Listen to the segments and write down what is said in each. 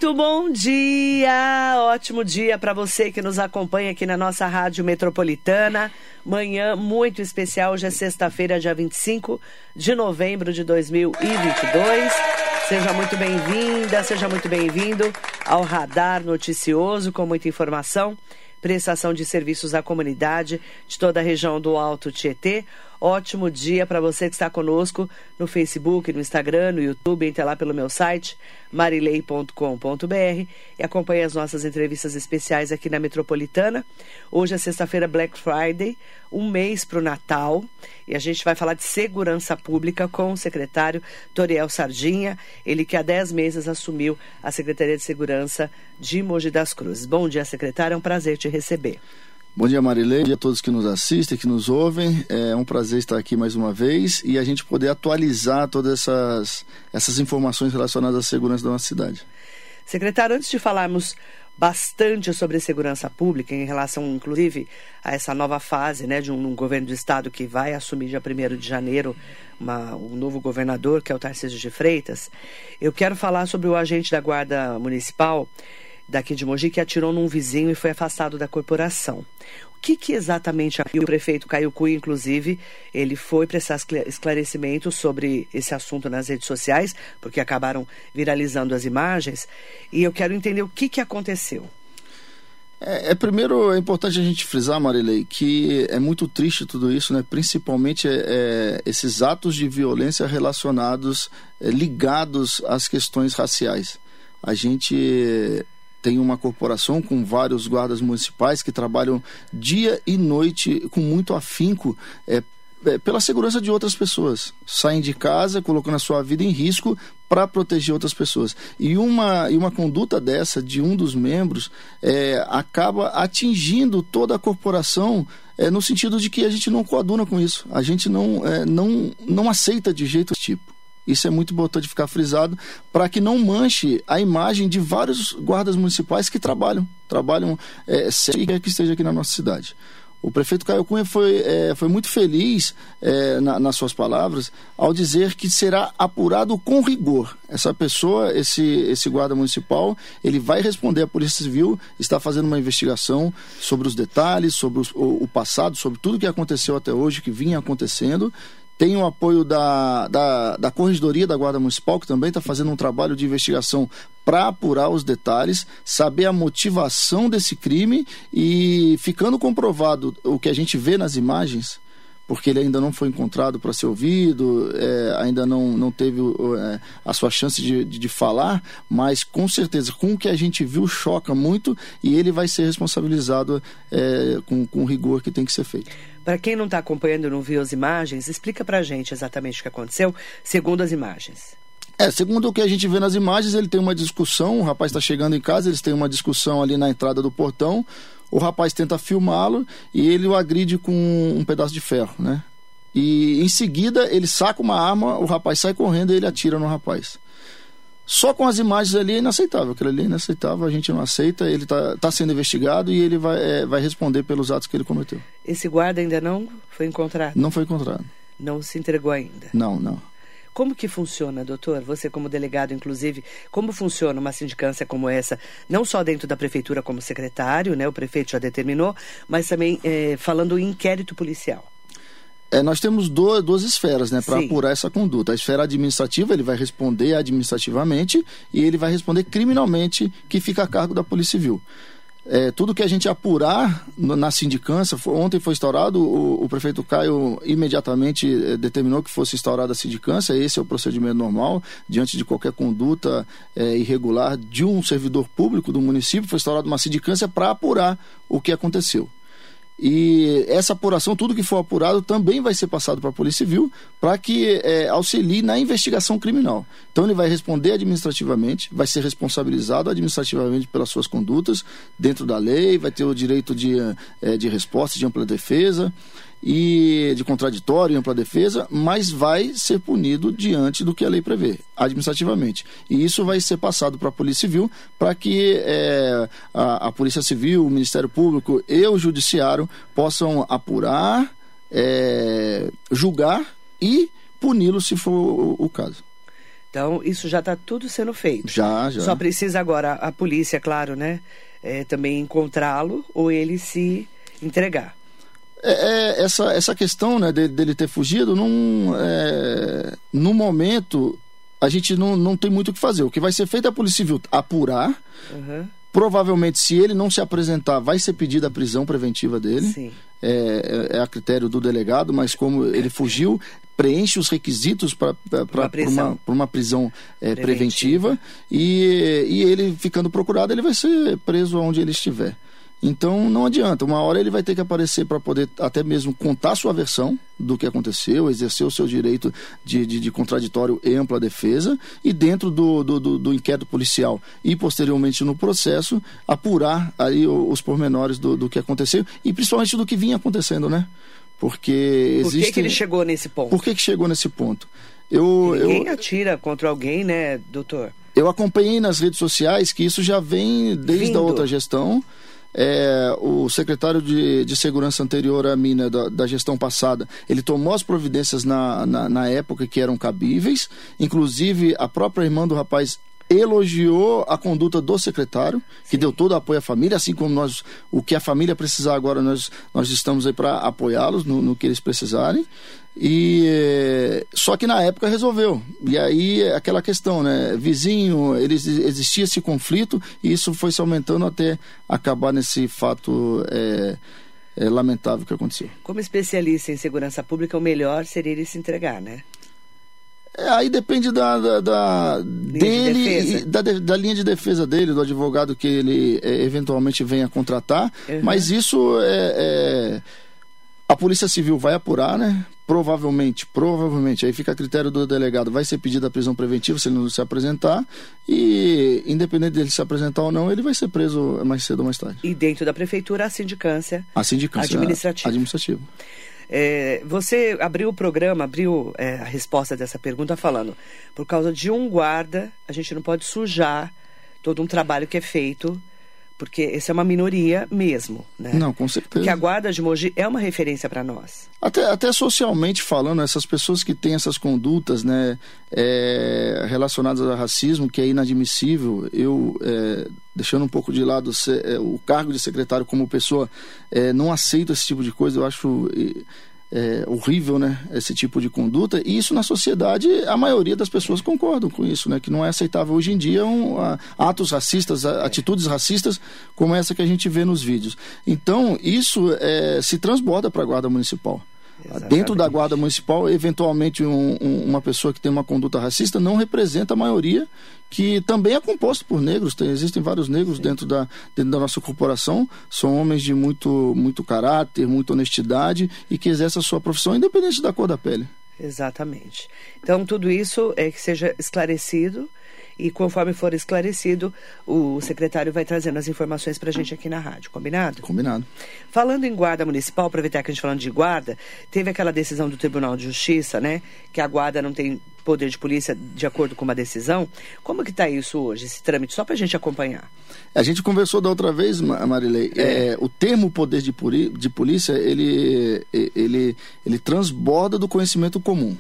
Muito bom dia, ótimo dia para você que nos acompanha aqui na nossa Rádio Metropolitana. Manhã muito especial, hoje é sexta-feira, dia 25 de novembro de 2022. Seja muito bem-vinda, seja muito bem-vindo ao Radar Noticioso com muita informação, prestação de serviços à comunidade de toda a região do Alto Tietê. Ótimo dia para você que está conosco no Facebook, no Instagram, no YouTube. Entre lá pelo meu site, marilei.com.br, e acompanhe as nossas entrevistas especiais aqui na Metropolitana. Hoje é sexta-feira, Black Friday, um mês para o Natal, e a gente vai falar de segurança pública com o secretário Toriel Sardinha, ele que há 10 meses assumiu a Secretaria de Segurança de Mogi das Cruzes. Bom dia, secretário, é um prazer te receber. Bom dia, Marilei, bom dia a todos que nos assistem, que nos ouvem. É um prazer estar aqui mais uma vez e a gente poder atualizar todas essas informações relacionadas à segurança da nossa cidade. Secretário, antes de falarmos bastante sobre segurança pública, em relação, inclusive, a essa nova fase, né, de um governo do estado que vai assumir dia 1º de janeiro um novo governador, que é o Tarcísio de Freitas, eu quero falar sobre o agente da Guarda Municipal daqui de Mogi, que atirou num vizinho e foi afastado da corporação. O que exatamente o prefeito Caio Cunha, inclusive, ele foi prestar esclarecimento sobre esse assunto nas redes sociais, porque acabaram viralizando as imagens, e eu quero entender o que aconteceu. Primeiro, é importante a gente frisar, Marilei, que é muito triste tudo isso, né? Principalmente esses atos de violência relacionados, ligados às questões raciais. A gente tem uma corporação com vários guardas municipais que trabalham dia e noite com muito afinco pela segurança de outras pessoas. Saem de casa colocando a sua vida em risco para proteger outras pessoas. E uma conduta dessa de um dos membros acaba atingindo toda a corporação no sentido de que a gente não coaduna com isso. A gente não aceita de jeito esse tipo. Isso é muito importante ficar frisado para que não manche a imagem de vários guardas municipais que trabalham sempre que esteja aqui na nossa cidade. O prefeito Caio Cunha foi muito feliz nas suas palavras ao dizer que será apurado com rigor. Essa pessoa, esse guarda municipal, ele vai responder à Polícia Civil, está fazendo uma investigação sobre os detalhes, sobre o passado, sobre tudo que aconteceu até hoje, que vinha acontecendo. Tem o apoio da Corregedoria da Guarda Municipal, que também está fazendo um trabalho de investigação para apurar os detalhes, saber a motivação desse crime e, ficando comprovado o que a gente vê nas imagens, porque ele ainda não foi encontrado para ser ouvido, ainda não teve a sua chance de falar, mas com certeza, com o que a gente viu, choca muito e ele vai ser responsabilizado com o rigor que tem que ser feito. Para quem não está acompanhando e não viu as imagens, explica para a gente exatamente o que aconteceu, segundo as imagens. Segundo o que a gente vê nas imagens, ele tem uma discussão, o rapaz está chegando em casa, eles têm uma discussão ali na entrada do portão, o rapaz tenta filmá-lo e ele o agride com um pedaço de ferro, né? E em seguida ele saca uma arma, o rapaz sai correndo e ele atira no rapaz. Só com as imagens ali é inaceitável, aquilo ali é inaceitável, a gente não aceita, ele está sendo investigado e ele vai responder pelos atos que ele cometeu. Esse guarda ainda não foi encontrado? Não foi encontrado. Não se entregou ainda? Não. Como que funciona, doutor? Você como delegado, inclusive, como funciona uma sindicância como essa? Não só dentro da prefeitura como secretário, né? O prefeito já determinou, mas também falando em inquérito policial. Nós temos duas esferas, né, para apurar essa conduta. A esfera administrativa, ele vai responder administrativamente e ele vai responder criminalmente, que fica a cargo da Polícia Civil. Tudo que a gente apurar na sindicância, ontem foi instaurado, o prefeito Caio imediatamente determinou que fosse instaurada a sindicância. Esse é o procedimento normal, diante de qualquer conduta irregular de um servidor público do município, foi instaurada uma sindicância para apurar o que aconteceu. E essa apuração, tudo que for apurado, também vai ser passado para a Polícia Civil para que auxilie na investigação criminal. Então ele vai responder administrativamente, vai ser responsabilizado administrativamente pelas suas condutas dentro da lei, vai ter o direito de resposta, de ampla defesa e de contraditório e ampla defesa, mas vai ser punido diante do que a lei prevê, administrativamente. E isso vai ser passado para a Polícia Civil para que a Polícia Civil, o Ministério Público e o Judiciário possam apurar, julgar e puni-lo se for o caso. Então, isso já está tudo sendo feito. Já. Só precisa agora a polícia, claro, né? Também encontrá-lo ou ele se entregar. Essa questão, né, dele ter fugido, no momento, a gente não tem muito o que fazer. O que vai ser feito é a Polícia Civil apurar. Uhum. Provavelmente, se ele não se apresentar, vai ser pedida a prisão preventiva dele. Sim. É a critério do delegado, mas como ele fugiu, preenche os requisitos para uma prisão preventiva e ele ficando procurado, ele vai ser preso onde ele estiver. Então não adianta, uma hora ele vai ter que aparecer para poder até mesmo contar a sua versão do que aconteceu, exercer o seu direito de contraditório e ampla defesa, e dentro do inquérito policial e posteriormente no processo, apurar aí os pormenores do que aconteceu e principalmente do que vinha acontecendo, né? Porque existe... Por que ele chegou nesse ponto? Por que chegou nesse ponto? Ninguém atira contra alguém, né, doutor? Eu acompanhei nas redes sociais que isso já vem desde a outra gestão. O secretário de segurança anterior à minha, da gestão passada, ele tomou as providências na época que eram cabíveis. Inclusive a própria irmã do rapaz elogiou a conduta do secretário, que deu todo o apoio à família, assim como o que a família precisar agora, nós estamos aí para apoiá-los no que eles precisarem. Só que na época resolveu. E aí aquela questão, né? Vizinho, existia esse conflito e isso foi se aumentando até acabar nesse fato lamentável que aconteceu. Como especialista em segurança pública, o melhor seria ele se entregar, né? Aí depende dele, da linha de defesa dele, do advogado que ele eventualmente venha contratar. Uhum. Mas isso a Polícia Civil vai apurar, né? Provavelmente, aí fica a critério do delegado, vai ser pedida a prisão preventiva se ele não se apresentar, e independente dele se apresentar ou não, ele vai ser preso mais cedo ou mais tarde. E dentro da prefeitura, a sindicância administrativa. Você abriu o programa, a resposta dessa pergunta falando, por causa de um guarda, a gente não pode sujar todo um trabalho que é feito, porque essa é uma minoria mesmo, né? Não, com certeza. Porque a guarda de Mogi é uma referência para nós. Até socialmente falando, essas pessoas que têm essas condutas, né, relacionadas ao racismo, que é inadmissível, deixando um pouco de lado o cargo de secretário como pessoa, não aceito esse tipo de coisa, eu acho horrível, né, esse tipo de conduta, e isso na sociedade, a maioria das pessoas concordam com isso, né, que não é aceitável hoje em dia atos racistas, atitudes racistas como essa que a gente vê nos vídeos. Então, isso se transborda para a Guarda Municipal. Exatamente. Dentro da Guarda Municipal, eventualmente uma pessoa que tem uma conduta racista não representa a maioria, que também é composto por negros. Existem vários negros dentro da nossa corporação, são homens de muito caráter, muita honestidade e que exercem a sua profissão independente da cor da pele. Exatamente. Então tudo isso é que seja esclarecido, e conforme for esclarecido, o secretário vai trazendo as informações para a gente aqui na rádio. Combinado? Combinado. Falando em guarda municipal, aproveitar que a gente falando de guarda, teve aquela decisão do Tribunal de Justiça, né? Que a guarda não tem poder de polícia de acordo com uma decisão. Como que está isso hoje, esse trâmite? Só para a gente acompanhar. A gente conversou da outra vez, Marilei. O termo poder de polícia, ele transborda do conhecimento comum.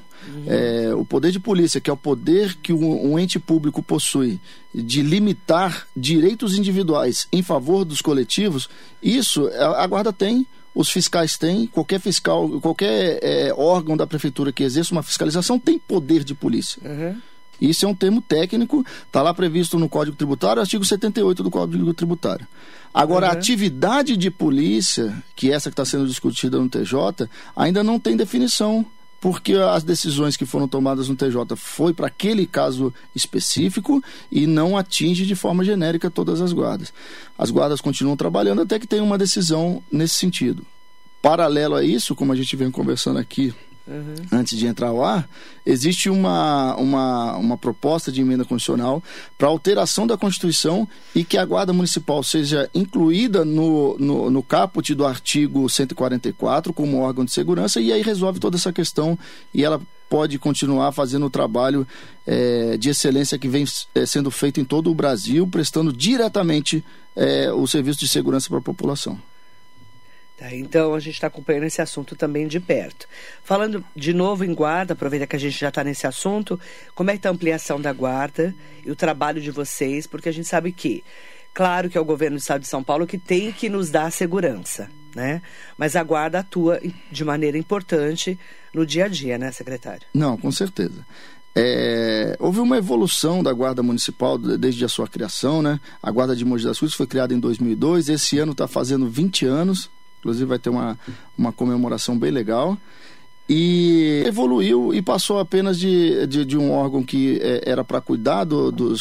O poder de polícia, que é o poder que um ente público possui de limitar direitos individuais em favor dos coletivos, isso a guarda tem, os fiscais têm, qualquer fiscal, qualquer órgão da prefeitura que exerça uma fiscalização tem poder de polícia. Isso é um termo técnico, está lá previsto no Código Tributário, artigo 78 do Código Tributário. Agora, a atividade de polícia, que é essa que está sendo discutida no TJ, ainda não tem definição, porque as decisões que foram tomadas no TJ foi para aquele caso específico e não atinge de forma genérica todas as guardas. As guardas continuam trabalhando até que tenha uma decisão nesse sentido. Paralelo a isso, como a gente vem conversando aqui antes de entrar ao ar, existe uma proposta de emenda constitucional para alteração da Constituição e que a Guarda Municipal seja incluída no caput do artigo 144 como órgão de segurança, e aí resolve toda essa questão e ela pode continuar fazendo o trabalho de excelência que vem sendo feito em todo o Brasil, prestando diretamente o serviço de segurança para a população. Tá, então a gente está acompanhando esse assunto também de perto. Falando de novo em guarda, aproveita que a gente já está nesse assunto, como é que está a ampliação da guarda e o trabalho de vocês, porque a gente sabe que, claro que é o governo do estado de São Paulo que tem que nos dar segurança, né? Mas a guarda atua de maneira importante no dia a dia, né, secretário? Não, com certeza. Houve uma evolução da Guarda Municipal desde a sua criação, né? A Guarda de Mogi das Cruzes foi criada em 2002, esse ano está fazendo 20 anos, inclusive vai ter uma comemoração bem legal, e evoluiu e passou apenas de um órgão que era para cuidar do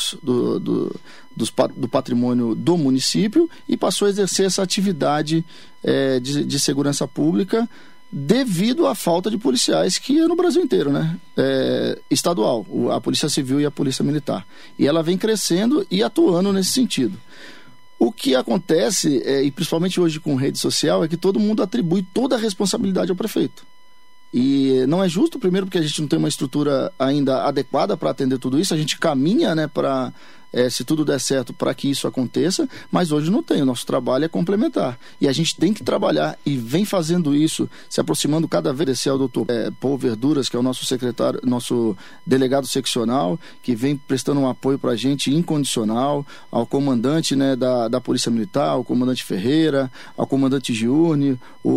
patrimônio do município e passou a exercer essa atividade de segurança pública devido à falta de policiais que é no Brasil inteiro, né? Estadual, a Polícia Civil e a Polícia Militar. E ela vem crescendo e atuando nesse sentido. O que acontece, e principalmente hoje com rede social, é que todo mundo atribui toda a responsabilidade ao prefeito. E não é justo, primeiro porque a gente não tem uma estrutura ainda adequada para atender tudo isso, a gente caminha, né, para, se tudo der certo, para que isso aconteça, mas hoje não tem, o nosso trabalho é complementar. E a gente tem que trabalhar e vem fazendo isso, se aproximando cada vez desse ao doutor Paul Verduras, que é o nosso secretário, nosso delegado seccional, que vem prestando um apoio para a gente incondicional, ao comandante, né, da Polícia Militar, ao comandante Ferreira, ao comandante Giurni,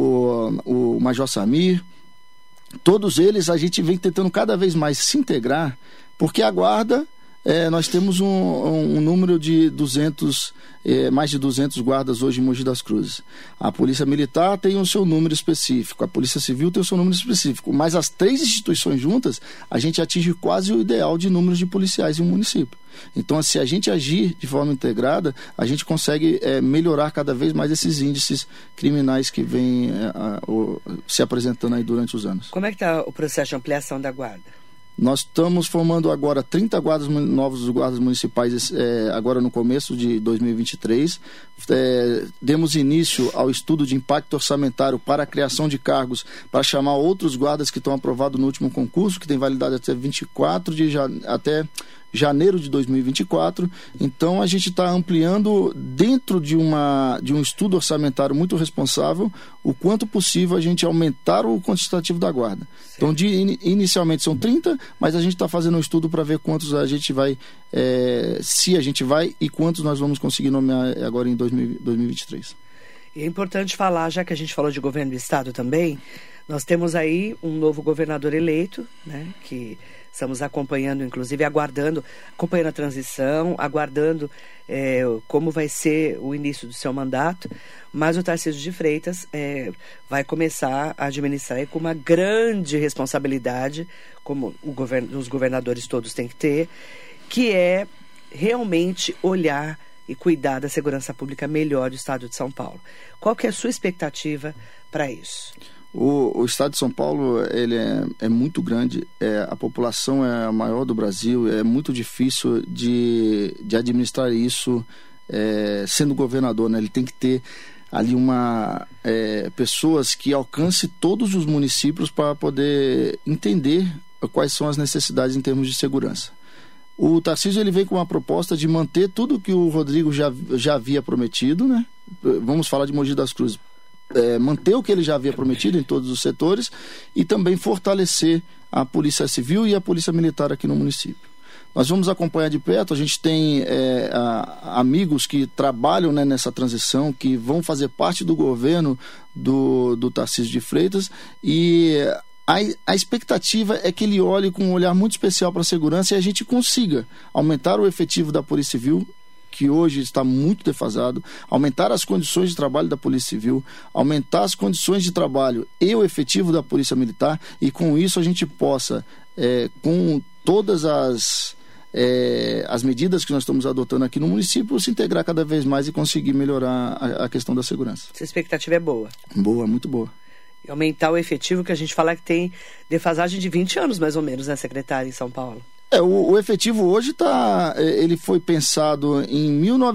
o Major Samir. Todos eles a gente vem tentando cada vez mais se integrar, porque a guarda, nós temos um número de 200, mais de 200 guardas hoje em Mogi das Cruzes. A Polícia Militar tem o seu número específico, a Polícia Civil tem o seu número específico, mas as três instituições juntas, a gente atinge quase o ideal de números de policiais em um município. Então, se a gente agir de forma integrada, a gente consegue melhorar cada vez mais esses índices criminais que vêm se apresentando aí durante os anos. Como é que está o processo de ampliação da guarda? Nós estamos formando agora 30 novos guardas municipais agora no começo de 2023. Demos início ao estudo de impacto orçamentário para a criação de cargos para chamar outros guardas que estão aprovados no último concurso, que tem validade até 24 até janeiro de 2024. Então a gente está ampliando dentro de um estudo orçamentário muito responsável o quanto possível a gente aumentar o quantitativo da guarda. Sim. Então inicialmente são 30, mas a gente está fazendo um estudo para ver quantos a gente vai, se a gente vai e quantos nós vamos conseguir nomear agora em 2023. E é importante falar, já que a gente falou de governo do estado também, nós temos aí um novo governador eleito, né, que estamos acompanhando, inclusive acompanhando a transição, aguardando como vai ser o início do seu mandato, mas o Tarcísio de Freitas vai começar a administrar com uma grande responsabilidade, como os governadores todos têm que ter, que é realmente olhar e cuidar da segurança pública melhor do estado de São Paulo. Qual que é a sua expectativa para isso? O estado de São Paulo ele é muito grande, a população é a maior do Brasil, é muito difícil de administrar isso sendo governador, né? Ele tem que ter ali pessoas que alcance todos os municípios para poder entender quais são as necessidades em termos de segurança. O Tarcísio ele vem com uma proposta de manter tudo que o Rodrigo já havia prometido, né? Vamos falar de Mogi das Cruzes. Manter o que ele já havia prometido em todos os setores e também fortalecer a Polícia Civil e a Polícia Militar aqui no município. Nós vamos acompanhar de perto, a gente tem amigos que trabalham, né, nessa transição, que vão fazer parte do governo do Tarcísio de Freitas e a expectativa é que ele olhe com um olhar muito especial para a segurança e a gente consiga aumentar o efetivo da Polícia Civil, que hoje está muito defasado, aumentar as condições de trabalho da Polícia Civil, aumentar as condições de trabalho e o efetivo da Polícia Militar, e com isso a gente possa, com todas as medidas que nós estamos adotando aqui no município, se integrar cada vez mais e conseguir melhorar a questão da segurança. Essa expectativa é boa? Boa, muito boa. E aumentar o efetivo, que a gente fala que tem defasagem de 20 anos mais ou menos, né, secretária, em São Paulo? O efetivo hoje ele foi pensado em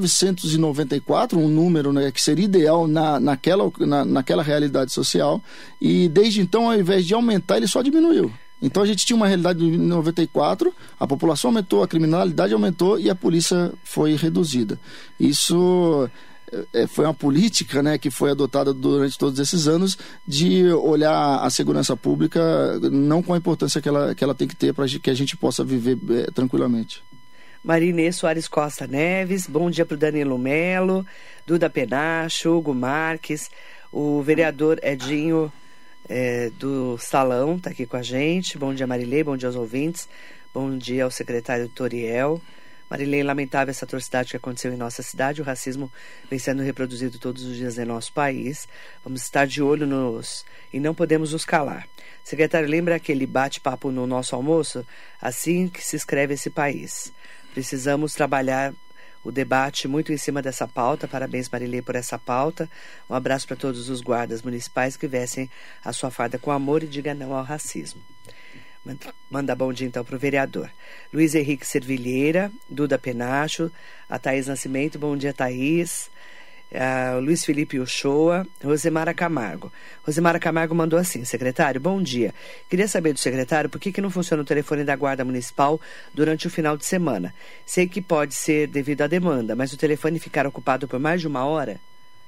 1994, um número, né, que seria ideal naquela realidade social, e desde então, ao invés de aumentar, ele só diminuiu. Então a gente tinha uma realidade de 94, a população aumentou, a criminalidade aumentou e a polícia foi reduzida. Isso foi uma política, né, que foi adotada durante todos esses anos de olhar a segurança pública não com a importância que ela tem que ter para que a gente possa viver tranquilamente. Marinê Soares Costa Neves, bom dia para o Danilo Melo, Duda Penacho, Hugo Marques, o vereador Edinho do Salão está aqui com a gente. Bom dia, Marilei, bom dia aos ouvintes, bom dia ao secretário Toriel. Marilei, lamentável essa atrocidade que aconteceu em nossa cidade. O racismo vem sendo reproduzido todos os dias em nosso país. Vamos estar de olho e não podemos nos calar. Secretário, lembra aquele bate-papo no nosso almoço? Assim que se escreve esse país. Precisamos trabalhar o debate muito em cima dessa pauta. Parabéns, Marilei, por essa pauta. Um abraço para todos os guardas municipais que vestem a sua farda com amor e diga não ao racismo. Manda bom dia então para o vereador Luiz Henrique Servilheira, Duda Penacho, a Thaís Nascimento, bom dia, Thaís, Luiz Felipe Uchoa, Rosemara Camargo. Rosemara Camargo mandou assim: secretário, bom dia. Queria saber do secretário por que não funciona o telefone da Guarda Municipal durante o final de semana. Sei que pode ser devido à demanda, mas o telefone ficar ocupado por mais de uma hora?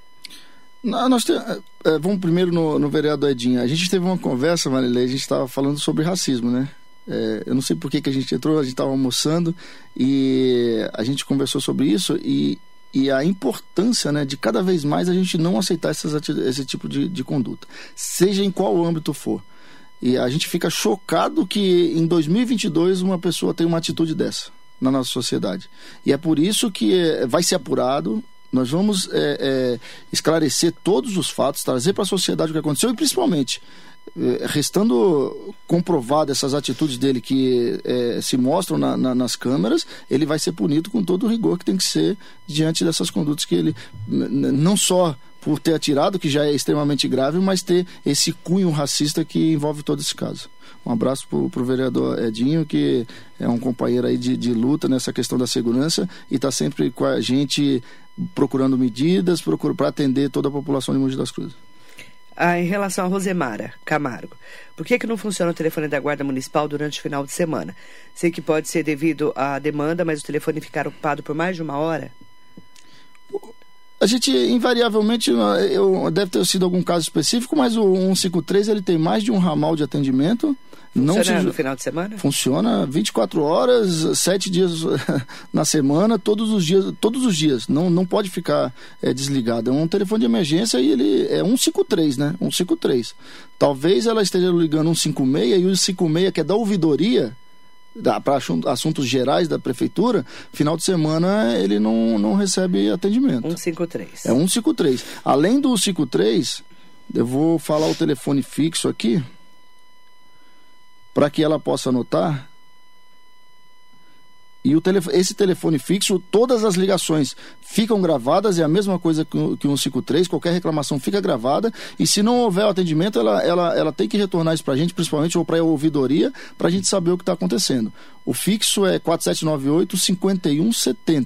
Vamos primeiro no vereador Edinho. A gente teve uma conversa, Marilei, a gente estava falando sobre racismo, né? Eu não sei por que a gente entrou, a gente estava almoçando e a gente conversou sobre isso e a importância, né, de cada vez mais a gente não aceitar esse tipo de conduta, seja em qual âmbito for. E a gente fica chocado que em 2022 uma pessoa tem uma atitude dessa na nossa sociedade. E é por isso que vai ser apurado. Nós vamos esclarecer todos os fatos, trazer para a sociedade o que aconteceu e principalmente, restando comprovado essas atitudes dele que se mostram nas câmeras, ele vai ser punido com todo o rigor que tem que ser diante dessas condutas que ele, não só por ter atirado, que já é extremamente grave, mas ter esse cunho racista que envolve todo esse caso. Um abraço para o vereador Edinho, que é um companheiro aí de luta nessa questão da segurança e está sempre com a gente procurando medidas, para atender toda a população de Mogi das Cruzes. Em relação a Rosemara Camargo, por que não funciona o telefone da Guarda Municipal durante o final de semana? Sei que pode ser devido à demanda, mas o telefone ficar ocupado por mais de uma hora? A gente, invariavelmente, deve ter sido algum caso específico, mas o 153 ele tem mais de um ramal de atendimento. Funciona no final de semana? Funciona 24 horas, 7 dias na semana, todos os dias. Não pode ficar desligado. É um telefone de emergência e ele é 153, né? 153. Talvez ela esteja ligando 156 e o 156, que é da ouvidoria, para assuntos gerais da prefeitura, final de semana ele não recebe atendimento. 153. É 153. Além do 153, eu vou falar o telefone fixo aqui, para que ela possa anotar. E esse telefone fixo, todas as ligações ficam gravadas, é a mesma coisa que o 153, qualquer reclamação fica gravada, e se não houver o atendimento, ela tem que retornar isso para a gente, principalmente, ou para a ouvidoria, para a gente saber o que está acontecendo. O fixo é 4798-5170.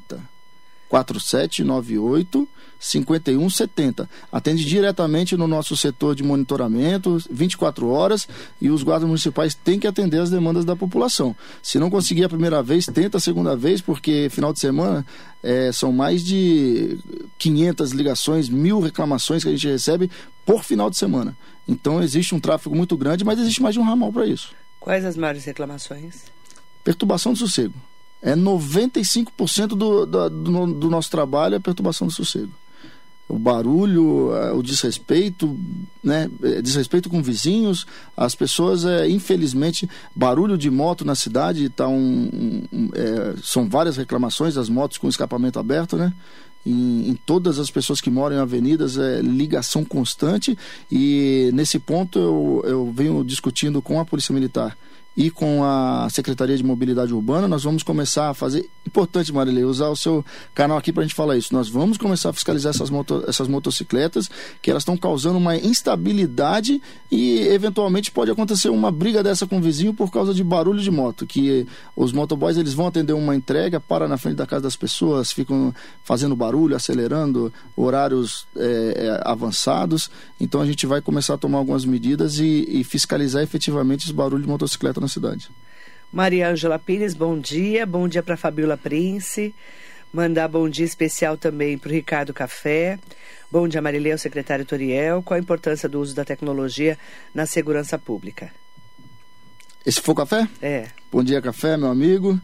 4798-5170. Atende diretamente no nosso setor de monitoramento, 24 horas, e os guardas municipais têm que atender as demandas da população. Se não conseguir a primeira vez, tenta a segunda vez, porque final de semana são mais de 500 ligações, 1000 reclamações que a gente recebe por final de semana. Então existe um tráfego muito grande, mas existe mais de um ramal para isso. Quais as maiores reclamações? Perturbação do sossego. 95% do nosso trabalho é perturbação do sossego. O barulho, o desrespeito, né? Desrespeito com vizinhos, as pessoas, infelizmente, barulho de moto na cidade, são várias reclamações, as motos com escapamento aberto, né? Em todas as pessoas que moram em avenidas, ligação constante, e nesse ponto eu venho discutindo com a Polícia Militar e com a Secretaria de Mobilidade Urbana. Nós vamos começar a fazer... Importante, Marilei, usar o seu canal aqui para a gente falar isso. Nós vamos começar a fiscalizar essas motocicletas, que elas estão causando uma instabilidade e, eventualmente, pode acontecer uma briga dessa com o vizinho por causa de barulho de moto, que os motoboys eles vão atender uma entrega, param na frente da casa das pessoas, ficam fazendo barulho, acelerando, horários avançados. Então, a gente vai começar a tomar algumas medidas e fiscalizar efetivamente os barulhos de motocicleta na cidade. Maria Ângela Pires, bom dia para Fabiola Prince, Mandar bom dia especial também para o Ricardo Café. Bom dia, Marilei, secretário Toriel. Qual a importância do uso da tecnologia na segurança pública? Esse foi o café? É. Bom dia, café, meu amigo.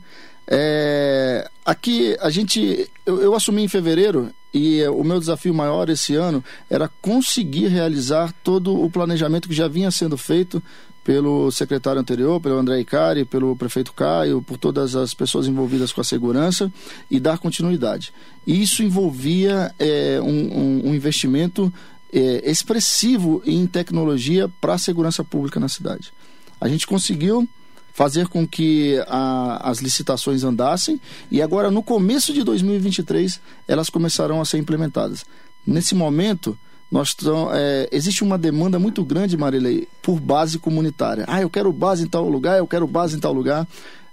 Aqui eu assumi em fevereiro e o meu desafio maior esse ano era conseguir realizar todo o planejamento que já vinha sendo feito pelo secretário anterior, pelo André Icari, pelo prefeito Caio, por todas as pessoas envolvidas com a segurança e dar continuidade. E isso envolvia um investimento expressivo em tecnologia para a segurança pública na cidade. A gente conseguiu fazer com que as licitações andassem e agora no começo de 2023 elas começarão a ser implementadas. Nesse momento existe uma demanda muito grande, Marilei, por base comunitária. Eu quero base em tal lugar, eu quero base em tal lugar.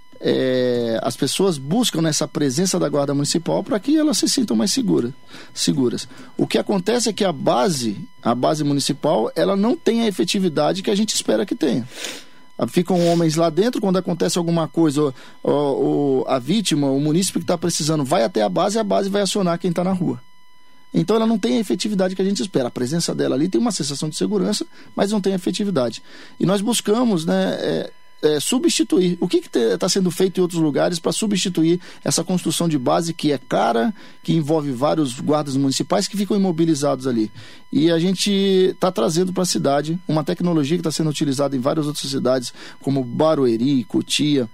As pessoas buscam essa presença da Guarda Municipal para que elas se sintam mais seguras. O que acontece é que a base municipal, ela não tem a efetividade que a gente espera que tenha. Ficam homens lá dentro, quando acontece alguma coisa, a vítima, o munícipe que está precisando, vai até a base vai acionar quem está na rua. Então ela não tem a efetividade que a gente espera. A presença dela ali tem uma sensação de segurança, mas não tem efetividade. E nós buscamos, substituir. O que está sendo feito em outros lugares para substituir essa construção de base que é cara, que envolve vários guardas municipais que ficam imobilizados ali. E a gente está trazendo para a cidade uma tecnologia que está sendo utilizada em várias outras cidades, como Barueri, Cotia,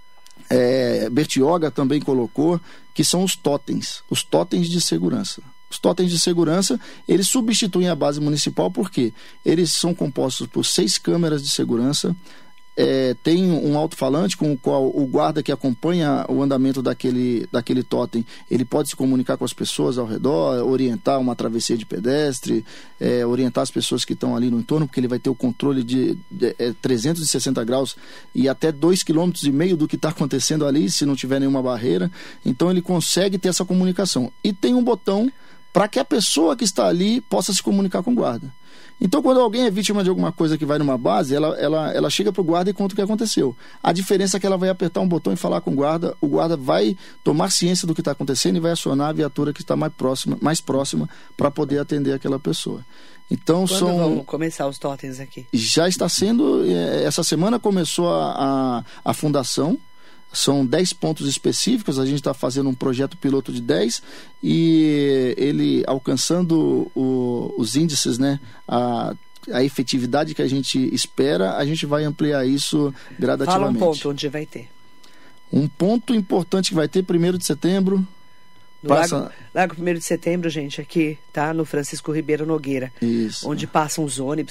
Bertioga também colocou, que são os totens de segurança. Os totens de segurança, eles substituem a base municipal porque eles são compostos por 6 câmeras de segurança, tem um alto-falante com o qual o guarda que acompanha o andamento daquele totem, ele pode se comunicar com as pessoas ao redor, orientar uma travessia de pedestre, orientar as pessoas que estão ali no entorno, porque ele vai ter o controle de 360 graus e até 2,5 km do que está acontecendo ali, se não tiver nenhuma barreira. Então ele consegue ter essa comunicação. E tem um botão para que a pessoa que está ali possa se comunicar com o guarda. Então, quando alguém é vítima de alguma coisa que vai numa base, ela chega para o guarda e conta o que aconteceu. A diferença é que ela vai apertar um botão e falar com o guarda vai tomar ciência do que está acontecendo e vai acionar a viatura que está mais próxima para poder atender aquela pessoa. Então, quando vão começar os totens aqui? Já está sendo, essa semana começou a fundação. São 10 pontos específicos, a gente está fazendo um projeto piloto de 10 e ele alcançando os índices, a efetividade que a gente espera, a gente vai ampliar isso gradativamente. Fala um ponto onde vai ter. Um ponto importante que vai ter 1º de setembro. Largo 1º de setembro, gente, aqui, tá? No Francisco Ribeiro Nogueira. Isso. Onde passam os ônibus,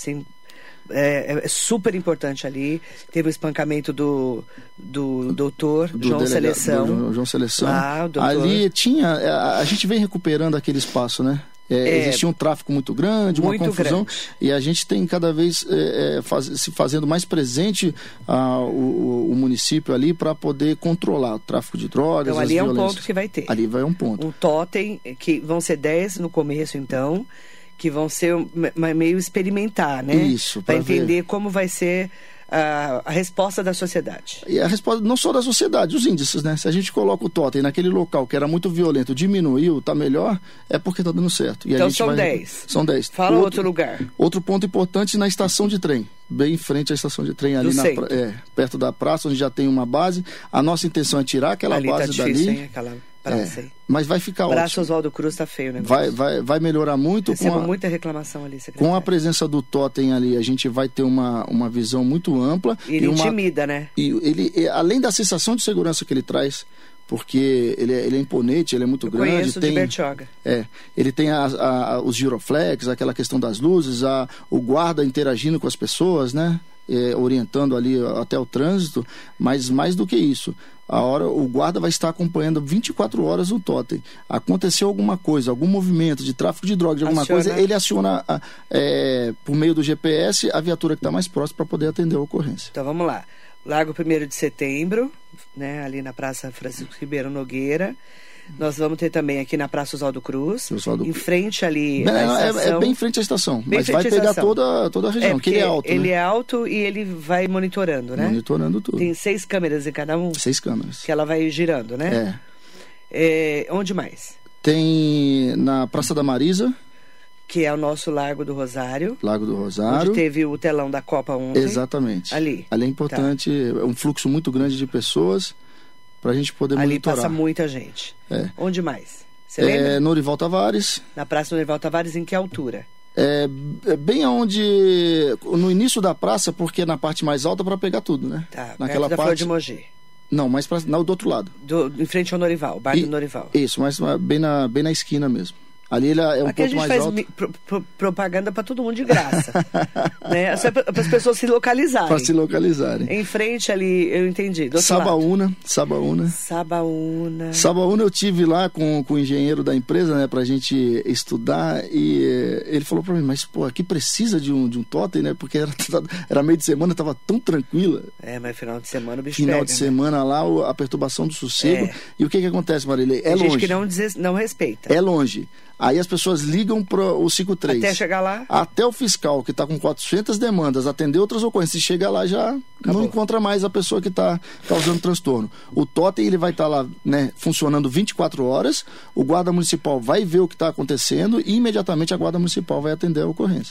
é super importante ali. Teve o espancamento do doutor João Seleção. João Seleção. Doutor. Ali a gente vem recuperando aquele espaço, né? Existia um tráfego muito grande, uma confusão, grande. E a gente tem cada vez se fazendo mais presente o município ali para poder controlar o tráfico de drogas. Então ali é um ponto que vai ter. Ali vai um ponto. Um totem, que vão ser 10 no começo, então, que vão ser meio experimentar, né? Isso, para entender como vai ser a resposta da sociedade. E a resposta não só da sociedade, os índices, né? Se a gente coloca o totem naquele local que era muito violento, diminuiu, tá melhor, é porque tá dando certo. E então são 10. São 10. Fala outro lugar. Outro ponto importante na estação de trem. Bem em frente à estação de trem, ali perto da praça, onde já tem uma base. A nossa intenção é tirar aquela ali base tá difícil, dali. Hein, aquela praça aí. Mas vai ficar ótimo. Praça Oswaldo Cruz tá feio o negócio. Vai melhorar muito. Recebo muita reclamação ali, secretário. Com a presença do totem ali, a gente vai ter uma visão muito ampla. E ele intimida, né? E ele, além da sensação de segurança que ele traz, porque ele é imponente, ele é muito grande. Conheço de Bertioga. Ele tem os giroflex, aquela questão das luzes, o guarda interagindo com as pessoas, né? Orientando ali até o trânsito, mas mais do que isso, o guarda vai estar acompanhando 24 horas o totem. Aconteceu alguma coisa, algum movimento de tráfico de drogas, de alguma coisa, ele aciona por meio do GPS a viatura que está mais próxima para poder atender a ocorrência. Então vamos lá. Largo 1º de setembro, né, ali na Praça Francisco Ribeiro Nogueira. Nós vamos ter também aqui na Praça Oswaldo Cruz, em frente ali à estação. É bem em frente à estação, mas vai pegar toda a região, que ele é alto. Ele é alto e ele vai monitorando, né? Monitorando tudo. Tem 6 câmeras em cada um? 6 câmeras. Que ela vai girando, né? Onde mais? Tem na Praça da Marisa, que é o nosso Largo do Rosário. Lago do Rosário. Onde teve o telão da Copa ontem. Exatamente. Ali é importante, é um fluxo muito grande de pessoas para a gente poder monitorar. Ali passa muita gente. Onde mais? Você lembra? lembra? Norival Tavares. Na Praça Norival Tavares, em que altura? Bem aonde, no início da praça, porque é na parte mais alta para pegar tudo, né? Tá, naquela perto da parte... Flor de Mogi. Não, mais do outro lado. Em frente ao Norival, bairro do Norival. Isso, mas bem na esquina mesmo. Ali ele é um Aqui ponto mais alto. a gente faz propaganda para todo mundo de graça. Né? Para as pessoas se localizarem. Para se localizarem. Em frente ali, eu entendi. Do Sabaúna. Sabaúna eu tive lá com o engenheiro da empresa, né, pra gente estudar, e ele falou para mim, mas pô, aqui precisa de um totem, né? Porque era meio de semana, tava tão tranquila. Mas final de semana o bicho Final pega, de semana lá, a perturbação do sossego. E o que acontece, Marilei? É longe. Tem gente que não respeita. É longe. Aí as pessoas ligam para o 53. Até chegar lá? Até o fiscal, que está com 400 demandas, atender outras ocorrências. Se chega lá, já não encontra mais a pessoa que está causando transtorno. O totem, ele vai estar lá, né, funcionando 24 horas. O guarda municipal vai ver o que está acontecendo e imediatamente a guarda municipal vai atender a ocorrência.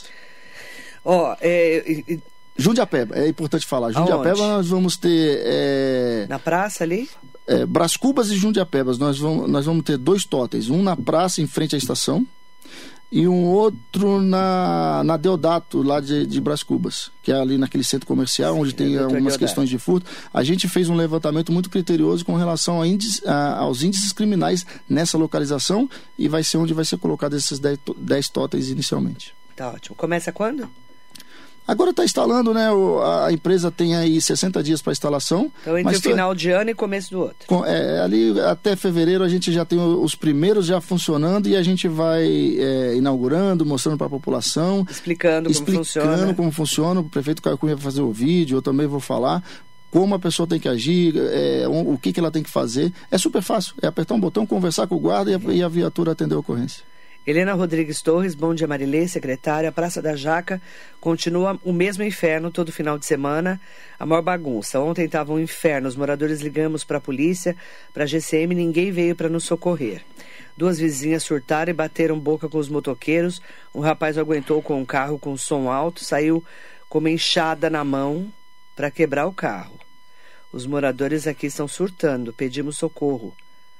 Jundiapeba, é importante falar. Jundiapeba nós vamos ter... Na praça ali? Brás Cubas e Jundiapebas, nós vamos ter 2 totens, um na praça em frente à estação e um outro na Deodato, lá de Brás Cubas, que é ali naquele centro comercial, onde tem algumas questões de furto. A gente fez um levantamento muito criterioso com relação aos índices criminais nessa localização, e vai ser onde vai ser colocado esses 10 totens inicialmente. Tá ótimo. Começa quando? Agora está instalando, né? A empresa tem aí 60 dias para instalação. Então, entre o final de ano e começo do outro. Ali até fevereiro a gente já tem os primeiros já funcionando, e a gente vai inaugurando, mostrando para a população. Explicando como funciona. O prefeito Caio Cunha vai fazer o vídeo, eu também vou falar como a pessoa tem que agir, o que ela tem que fazer. É super fácil. É apertar um botão, conversar com o guarda e a viatura atender a ocorrência. Helena Rodrigues Torres, bom dia Marilei, secretária. A Praça da Jaca continua o mesmo inferno todo final de semana, a maior bagunça. Ontem estava um inferno, os moradores ligamos para a polícia, para a GCM, ninguém veio para nos socorrer. 2 vizinhas surtaram e bateram boca com os motoqueiros. Um rapaz aguentou com um carro com som alto, saiu com uma enxada na mão para quebrar o carro. Os moradores aqui estão surtando, pedimos socorro.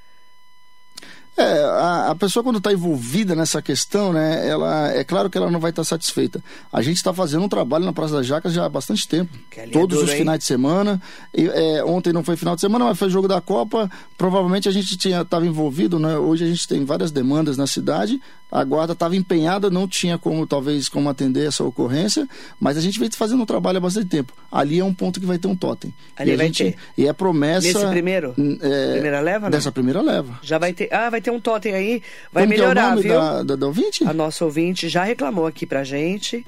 A pessoa, quando está envolvida nessa questão, né, é claro que ela não vai estar satisfeita. A gente está fazendo um trabalho na Praça da Jaca já há bastante tempo. Todos os finais de semana. Ontem não foi final de semana, mas foi jogo da Copa. Provavelmente a gente estava envolvido, né? Hoje a gente tem várias demandas na cidade. A guarda estava empenhada, não tinha como atender essa ocorrência, mas a gente vem fazendo um trabalho há bastante tempo. Ali é um ponto que vai ter um totem. Ali vai ter. E é promessa... Nesse primeiro? Primeira leva, não? Dessa primeira leva. Já vai ter... vai ter um totem aí, vai como melhorar, que é o nome viu? Da ouvinte? A nossa ouvinte já reclamou aqui pra gente.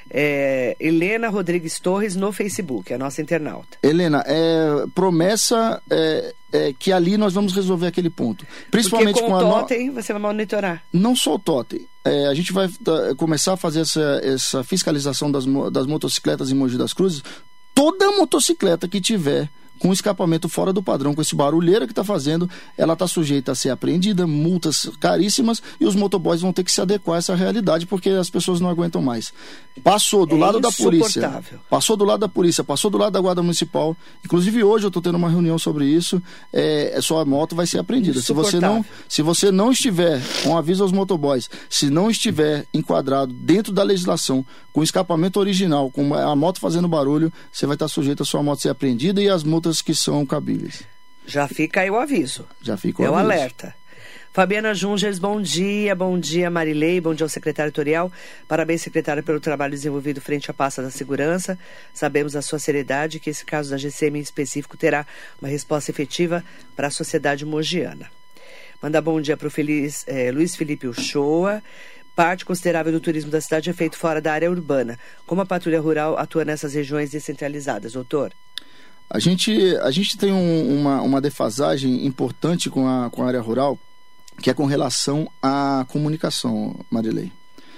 Helena Rodrigues Torres no Facebook, a nossa internauta. Helena, promessa que ali nós vamos resolver aquele ponto. Principalmente porque com o totem você vai monitorar. Não só o totem. A gente vai começar a fazer essa fiscalização das motocicletas em Mogi das Cruzes. Toda motocicleta que tiver com escapamento fora do padrão, com esse barulheira que está fazendo, ela está sujeita a ser apreendida, multas caríssimas, e os motoboys vão ter que se adequar a essa realidade, porque as pessoas não aguentam mais. Passou do lado da polícia, passou do lado da polícia, passou do lado da Guarda Municipal. Inclusive hoje eu estou tendo uma reunião sobre isso. Sua moto vai ser apreendida. Se você não estiver, um aviso aos motoboys, se não estiver enquadrado dentro da legislação, com escapamento original, com a moto fazendo barulho, você vai estar sujeito a sua moto ser apreendida e as multas que são cabíveis. Já fica aí o aviso. Já fica o aviso. É o alerta. Fabiana Jungers, bom dia Marilei, bom dia ao secretário Toriel. Parabéns, secretária, pelo trabalho desenvolvido frente à pasta da segurança. Sabemos da sua seriedade que esse caso da GCM em específico terá uma resposta efetiva para a sociedade mogiana. Manda bom dia para o Luiz Felipe Uchoa. Parte considerável do turismo da cidade é feito fora da área urbana. Como a patrulha rural atua nessas regiões descentralizadas, doutor? A gente tem uma defasagem importante com a área rural, que é com relação à comunicação, Marilei.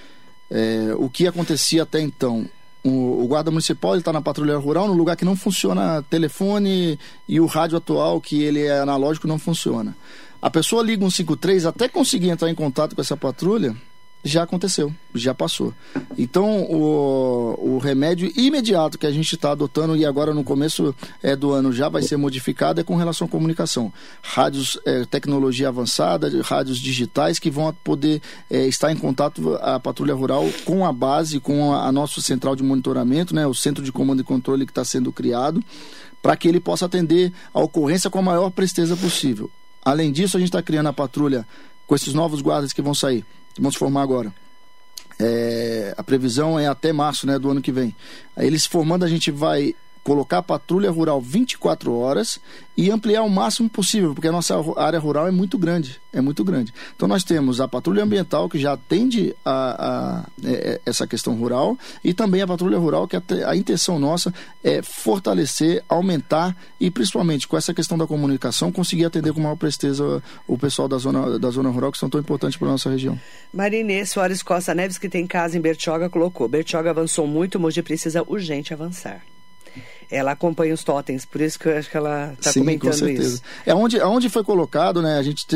O que acontecia até então? O guarda municipal está na patrulha rural no lugar que não funciona telefone, e o rádio atual, que ele é analógico, não funciona. A pessoa liga 153, até conseguir entrar em contato com essa patrulha, já aconteceu, já passou. Então, o remédio imediato que a gente está adotando, e agora no começo do ano já vai ser modificado, é com relação à comunicação. Rádios, tecnologia avançada, rádios digitais que vão poder estar em contato, a patrulha rural, com a base, com a nossa central de monitoramento, né, o centro de comando e controle que está sendo criado, para que ele possa atender a ocorrência com a maior presteza possível. Além disso, a gente está criando a patrulha com esses novos guardas que vão sair, que vão se formar agora. A previsão é até março, né, do ano que vem. Aí, eles se formando, a gente vai colocar a patrulha rural 24 horas e ampliar o máximo possível, porque a nossa área rural é muito grande. Então nós temos a patrulha ambiental, que já atende essa questão rural, e também a patrulha rural, que a intenção nossa é fortalecer, aumentar e, principalmente, com essa questão da comunicação, conseguir atender com maior presteza o pessoal da zona rural, que são tão importantes para a nossa região. Marinês Soares Costa Neves, que tem casa em Bertioga, colocou: Bertioga avançou muito, Mogi precisa urgente avançar. Ela acompanha os totens, por isso que eu acho que ela está comentando com certeza. isso. Onde foi colocado, né? A gente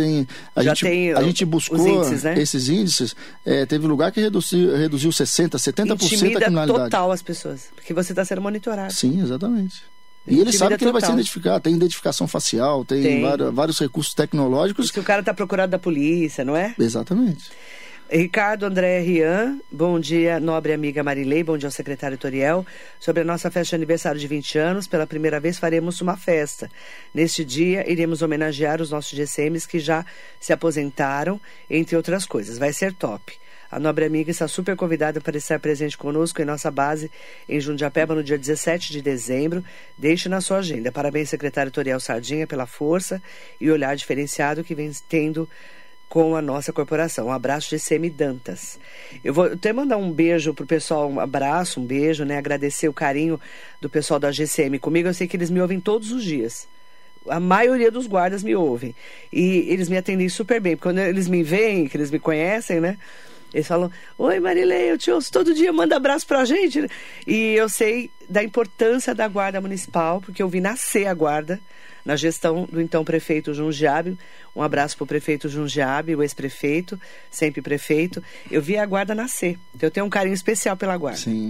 buscou índices, né? Esses índices. Teve lugar que reduziu 60%, 70% Intimida a criminalidade. Total as pessoas, porque você está sendo monitorado. Sim, exatamente. E ele sabe que ele vai ser identificado. Tem identificação facial, tem. Vários recursos tecnológicos. E se o cara está procurado da polícia, não é? Exatamente. Ricardo André Rian, bom dia, nobre amiga Marilei, bom dia ao secretário Toriel. Sobre a nossa festa de aniversário de 20 anos, pela primeira vez faremos uma festa. Neste dia, iremos homenagear os nossos GCMs que já se aposentaram, entre outras coisas. Vai ser top. A nobre amiga está super convidada para estar presente conosco em nossa base em Jundiapeba no dia 17 de dezembro. Deixe na sua agenda. Parabéns, secretário Toriel Sardinha, pela força e olhar diferenciado que vem tendo com a nossa corporação. Um abraço de GCM Dantas. Eu vou até mandar um beijo pro pessoal, um abraço, um beijo, né? Agradecer o carinho do pessoal da GCM comigo. Eu sei que eles me ouvem todos os dias. A maioria dos guardas me ouvem. E eles me atendem super bem. Porque quando eles me veem, que eles me conhecem, né? Eles falam: oi, Marilei, eu te ouço todo dia, manda abraço pra gente. E eu sei da importância da guarda municipal, porque eu vi nascer a guarda na gestão do então prefeito Jundiabe. Um abraço para o prefeito Jundiabe, o ex-prefeito, sempre prefeito. Eu vi a guarda nascer. Então eu tenho um carinho especial pela guarda. Sim.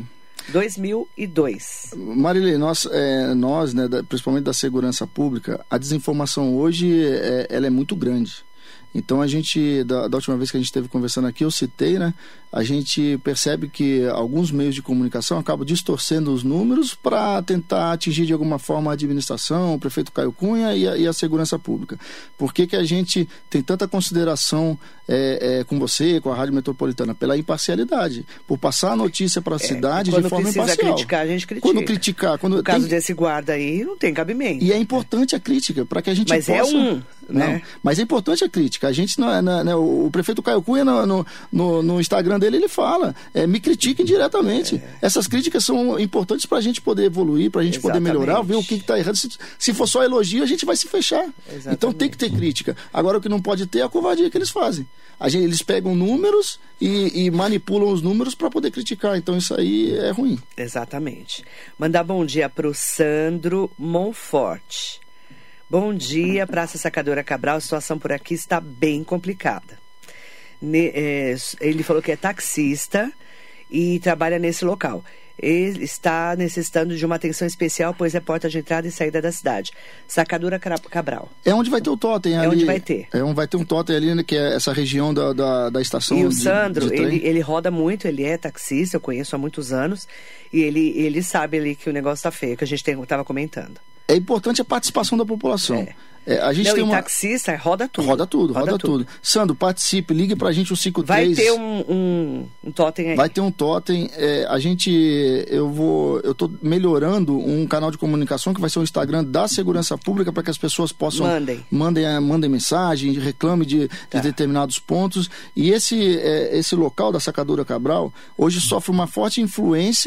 2002. Marilei, nós né, principalmente da segurança pública, a desinformação hoje ela é muito grande. Então a gente, da última vez que a gente esteve conversando aqui, eu citei, né? A gente percebe que alguns meios de comunicação acabam distorcendo os números para tentar atingir de alguma forma a administração, o prefeito Caio Cunha e a segurança pública. Por que a gente tem tanta consideração com você, com a Rádio Metropolitana? Pela imparcialidade. Por passar a notícia para a cidade de forma imparcial. Quando precisa criticar, a gente critica. Quando criticar... No caso desse guarda aí, não tem cabimento. E é importante a crítica, para que a gente possa... né? Mas é importante a crítica. A gente o prefeito Caio Cunha no Instagram dele, ele fala: me critiquem diretamente. Essas críticas são importantes para a gente poder evoluir, para a gente poder melhorar, ver o que está errado. Se for só elogio, a gente vai se fechar. Exatamente. Então tem que ter crítica. Agora, o que não pode ter é a covardia que eles fazem. Eles pegam números e manipulam os números para poder criticar. Então isso aí é ruim. Exatamente. Mandar bom dia para o Sandro Monforte. Bom dia, Praça Sacadora Cabral. A situação por aqui está bem complicada. Ele falou que é taxista e trabalha nesse local. Ele está necessitando de uma atenção especial, pois é porta de entrada e saída da cidade. Sacadora Cabral. É onde vai ter o totem ali. É onde vai ter. Vai ter um totem ali, né, que é essa região da estação. E o Sandro, ele roda muito, ele é taxista, eu conheço há muitos anos. E ele sabe ali que o negócio está feio, que a gente estava comentando. É importante a participação da população. A gente tem taxista roda tudo. Roda tudo. Sandro, participe, ligue pra gente o 53. Vai ter um totem aí. Vai ter um totem. Eu tô melhorando um canal de comunicação que vai ser o Instagram da Segurança Pública, para que as pessoas possam... Mandem mensagem, reclame de determinados pontos. E esse local da Sacadora Cabral hoje sofre uma forte influência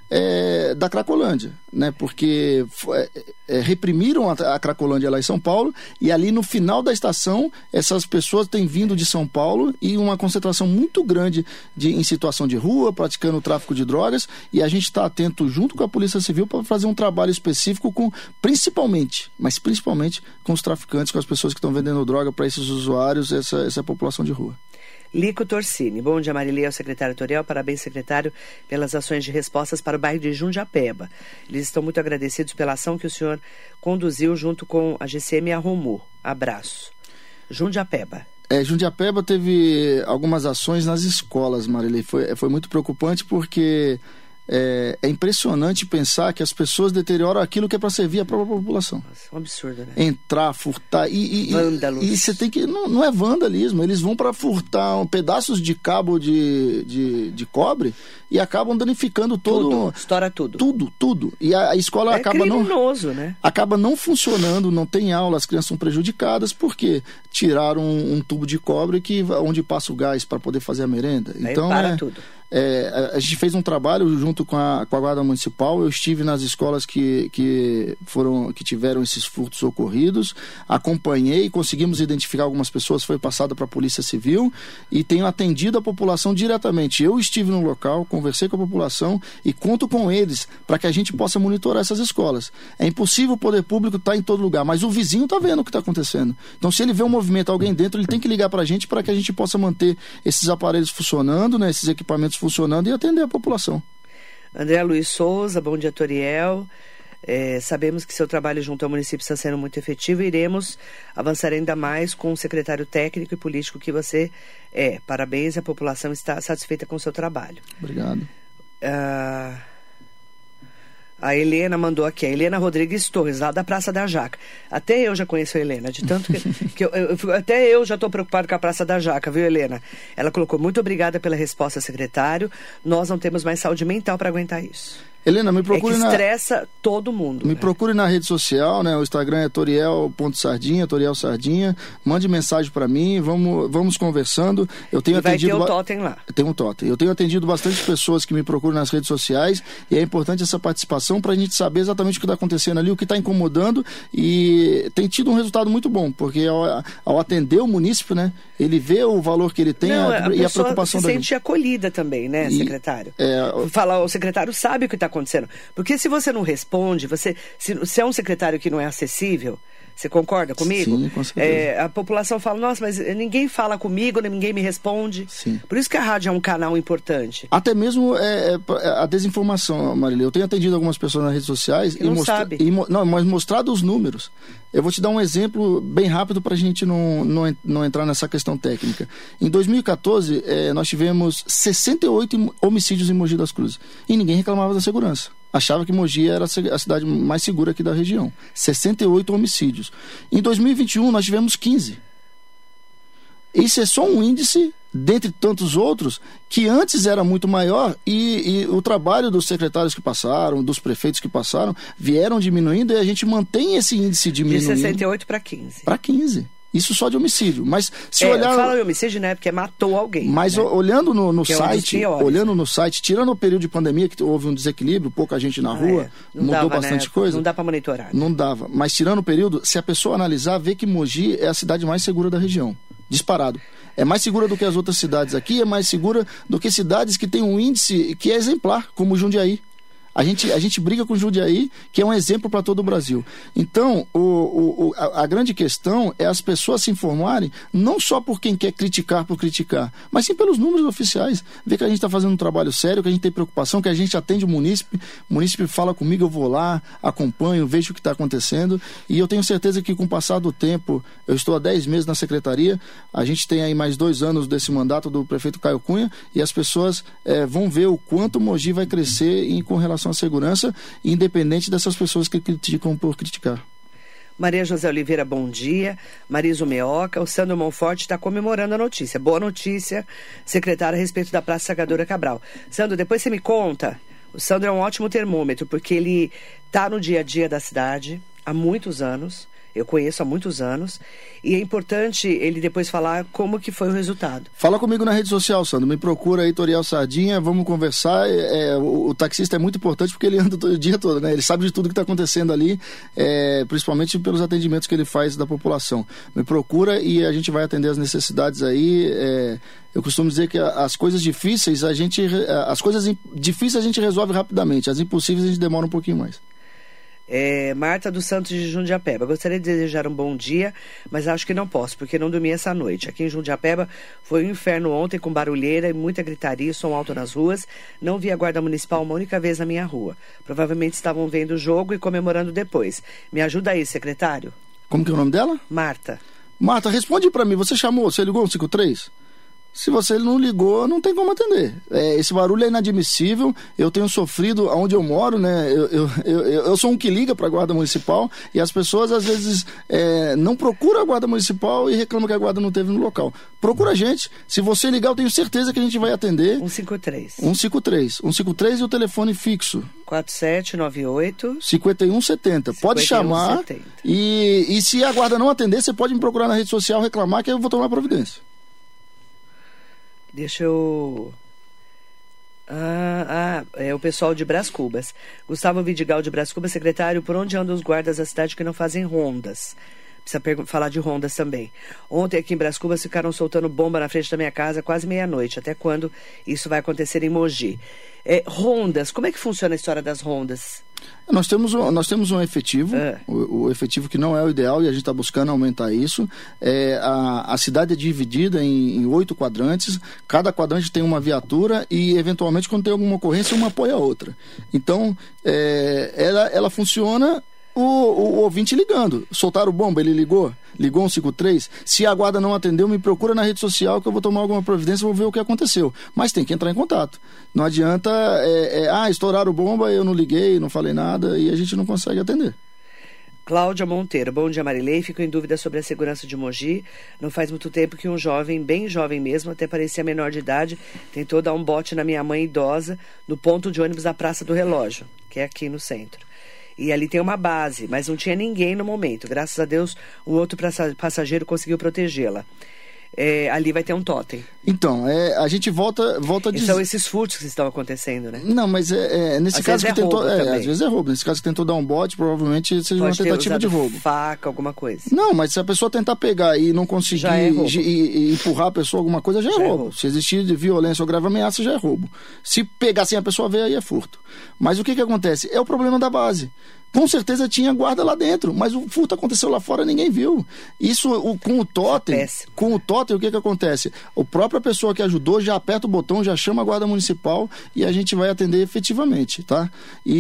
da Cracolândia, né? Porque reprimiram a Cracolândia lá em São Paulo, e ali no final da estação essas pessoas têm vindo de São Paulo e uma concentração muito grande em situação de rua, praticando o tráfico de drogas, e a gente está atento junto com a Polícia Civil para fazer um trabalho específico principalmente com os traficantes, com as pessoas que estão vendendo droga para esses usuários, essa população de rua. Lico Torsini. Bom dia, Marilei, ao secretário Toriel. Parabéns, secretário, pelas ações de respostas para o bairro de Jundiapeba. Eles estão muito agradecidos pela ação que o senhor conduziu junto com a GCM e a Romur. Abraço. Jundiapeba. Jundiapeba teve algumas ações nas escolas, Marilei. Foi muito preocupante porque é impressionante pensar que as pessoas deterioram aquilo que é para servir a própria população. Nossa, é um absurdo, né? Entrar, furtar Vândalos. E você tem que... Não é vandalismo, eles vão para furtar pedaços de cabo de cobre e acabam danificando todo... Estoura tudo. Tudo. E a escola criminoso, né? Acaba não funcionando, não tem aula, as crianças são prejudicadas porque tiraram um tubo de cobre onde passa o gás para poder fazer a merenda. Aí então tudo. A gente fez um trabalho junto com a Guarda Municipal. Eu estive nas escolas que tiveram esses furtos ocorridos, acompanhei, conseguimos identificar algumas pessoas, foi passado para a Polícia Civil e tenho atendido a população diretamente. Eu estive no local, conversei com a população e conto com eles para que a gente possa monitorar essas escolas. É impossível o poder público estar em todo lugar, mas o vizinho está vendo o que está acontecendo. Então, se ele vê um movimento, alguém dentro, ele tem que ligar para a gente para que a gente possa manter esses aparelhos funcionando, né, esses equipamentos funcionando e atender a população. André Luiz Souza, bom dia, Toriel. Sabemos que seu trabalho junto ao município está sendo muito efetivo e iremos avançar ainda mais com o secretário técnico e político que você é. Parabéns, a população está satisfeita com o seu trabalho. Obrigado. A Helena mandou aqui, a Helena Rodrigues Torres, lá da Praça da Jaca. Até eu já conheço a Helena, de tanto que até eu já estou preocupado com a Praça da Jaca, viu, Helena? Ela colocou, muito obrigada pela resposta, secretário. Nós não temos mais saúde mental para aguentar isso. Helena, me procure estressa todo mundo. Me procure na rede social, né? O Instagram é toriel.sardinha, Toriel Sardinha. Mande mensagem para mim, vamos conversando. Eu tenho atendido... Vai ter o totem lá. Tem um totem. Eu tenho atendido bastante pessoas que me procuram nas redes sociais e é importante essa participação para a gente saber exatamente o que está acontecendo ali, o que está incomodando, e tem tido um resultado muito bom, porque ao atender o munícipe, né? Ele vê o valor que ele tem e a preocupação da gente. Se sente acolhida também, né, secretário? O secretário sabe o que está acontecendo. Porque se você não responde, se é um secretário que não é acessível, você concorda comigo? Sim, com certeza. A população fala, nossa, mas ninguém fala comigo, ninguém me responde. Sim. Por isso que a rádio é um canal importante. Até mesmo a desinformação, Marilei. Eu tenho atendido algumas pessoas nas redes sociais mas mostrado os números. Eu vou te dar um exemplo bem rápido para a gente não entrar nessa questão técnica. Em 2014, nós tivemos 68 homicídios em Mogi das Cruzes. E ninguém reclamava da segurança. Achava que Mogi era a cidade mais segura aqui da região. 68 homicídios. Em 2021, nós tivemos 15. Isso é só um índice, dentre tantos outros, que antes era muito maior e o trabalho dos secretários que passaram, dos prefeitos que passaram, vieram diminuindo e a gente mantém esse índice diminuindo. De 68 para 15. Para 15. Isso só de homicídio. Mas se olhar... Fala de homicídio, né? Porque matou alguém. Mas né? Olhando no site, piores, no site, tirando o período de pandemia, que houve um desequilíbrio, pouca gente na rua, mudou bastante coisa. Não dá para monitorar. Não dava. Mas tirando o período, se a pessoa analisar, vê que Mogi é a cidade mais segura da região. Disparado. É mais segura do que as outras cidades aqui, é mais segura do que cidades que têm um índice que é exemplar, como Jundiaí. A gente briga com Jundiaí, que é um exemplo para todo o Brasil. Então, a grande questão é as pessoas se informarem, não só por quem quer criticar por criticar, mas sim pelos números oficiais. Ver que a gente está fazendo um trabalho sério, que a gente tem preocupação, que a gente atende o munícipe fala comigo, eu vou lá, acompanho, vejo o que está acontecendo. E eu tenho certeza que com o passar do tempo, eu estou há 10 meses na secretaria, a gente tem aí mais 2 anos desse mandato do prefeito Caio Cunha, e as pessoas vão ver o quanto Mogi vai crescer com relação à segurança, independente dessas pessoas que criticam por criticar. Maria José Oliveira, bom dia. Marisa Meoca, o Sandro Monforte está comemorando a notícia. Boa notícia, secretário, a respeito da Praça Sagadora Cabral. Sandro, depois você me conta. O Sandro é um ótimo termômetro, porque ele está no dia a dia da cidade há muitos anos. eu conheço há muitos anos, e é importante ele depois falar como que foi o resultado. Fala comigo na rede social, Sandro, me procura aí, Toriel Sardinha, vamos conversar. O taxista é muito importante porque ele anda o dia todo, né? Ele sabe de tudo que está acontecendo ali, principalmente pelos atendimentos que ele faz da população. Me procura e a gente vai atender as necessidades aí. Eu costumo dizer que as coisas difíceis a gente resolve rapidamente, as impossíveis a gente demora um pouquinho mais. Marta dos Santos de Jundiapeba. Gostaria de desejar um bom dia, mas acho que não posso, porque não dormi essa noite. Aqui em Jundiapeba foi um inferno ontem, com barulheira e muita gritaria, som alto nas ruas. Não vi a guarda municipal uma única vez na minha rua. Provavelmente estavam vendo o jogo e comemorando depois. Me ajuda aí, secretário. Como que é o nome dela? Marta. Marta, responde pra mim, você ligou no 53? Se você não ligou, não tem como atender. Esse barulho é inadmissível. Eu tenho sofrido onde eu moro, né? Eu sou um que liga para a Guarda Municipal e as pessoas, às vezes, não procuram a Guarda Municipal e reclamam que a Guarda não esteve no local. Procura a gente. Se você ligar, eu tenho certeza que a gente vai atender. 153. 153. 153 e o telefone fixo. 4798. 5170. Pode chamar. E se a Guarda não atender, você pode me procurar na rede social, reclamar, que eu vou tomar providência. Deixa eu... é o pessoal de Brás Cubas. Gustavo Vidigal de Brás Cubas, secretário, por onde andam os guardas da cidade que não fazem rondas? Precisa falar de rondas também. Ontem aqui em Brás Cubas ficaram soltando bomba na frente da minha casa quase meia-noite. Até quando isso vai acontecer em Mogi? Rondas, como é que funciona a história das rondas? Nós temos um efetivo, o efetivo que não é o ideal e a gente está buscando aumentar isso. A cidade é dividida em 8 quadrantes, cada quadrante tem uma viatura e, eventualmente, quando tem alguma ocorrência, uma apoia a outra. Então, ela funciona... O ouvinte ligando. Soltaram bomba, ele ligou 153. Se a guarda não atendeu, me procura na rede social que eu vou tomar alguma providência, vou ver o que aconteceu. Mas tem que entrar em contato. Não adianta, estouraram bomba, eu não liguei, não falei nada e a gente não consegue atender. Cláudia Monteiro, bom dia, Marilei. Fico em dúvida sobre a segurança de Mogi. Não faz muito tempo que um jovem, bem jovem mesmo, até parecia menor de idade, tentou dar um bote na minha mãe idosa no ponto de ônibus da Praça do Relógio, que é aqui no centro. E ali tem uma base, mas não tinha ninguém no momento. Graças a Deus, um outro passageiro conseguiu protegê-la. Ali vai ter um totem. Então, a gente volta a dizer... São esses furtos que estão acontecendo, né? Não, mas nesse caso que tentou... às vezes é roubo. Nesse caso que tentou dar um bote, provavelmente seja uma tentativa de roubo. Faca, alguma coisa. Não, mas se a pessoa tentar pegar e não conseguir e empurrar a pessoa, alguma coisa, já é roubo. Se existir de violência ou grave ameaça, já é roubo. Se pegar sem a pessoa ver, aí é furto. Mas o que acontece? É o problema da base. Com certeza tinha guarda lá dentro, mas o furto aconteceu lá fora, ninguém viu. Isso com o totem, o que acontece? A própria pessoa que ajudou já aperta o botão, já chama a guarda municipal e a gente vai atender efetivamente, tá?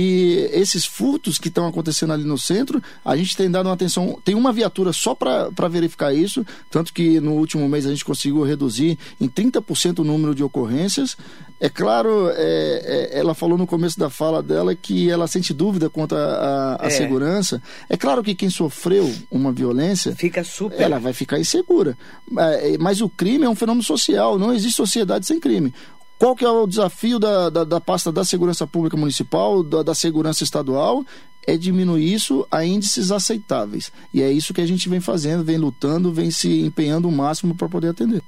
E esses furtos que estão acontecendo ali no centro, a gente tem dado uma atenção, tem uma viatura só para verificar isso, tanto que no último mês a gente conseguiu reduzir em 30% o número de ocorrências. É claro, ela falou no começo da fala dela que ela sente dúvida quanto à segurança. É claro que quem sofreu uma violência... Fica super... Ela vai ficar insegura. Mas o crime é um fenômeno social, não existe sociedade sem crime. Qual que é o desafio da pasta da segurança pública municipal, da segurança estadual? É diminuir isso a índices aceitáveis. E é isso que a gente vem fazendo, vem lutando, vem se empenhando o máximo para poder atender.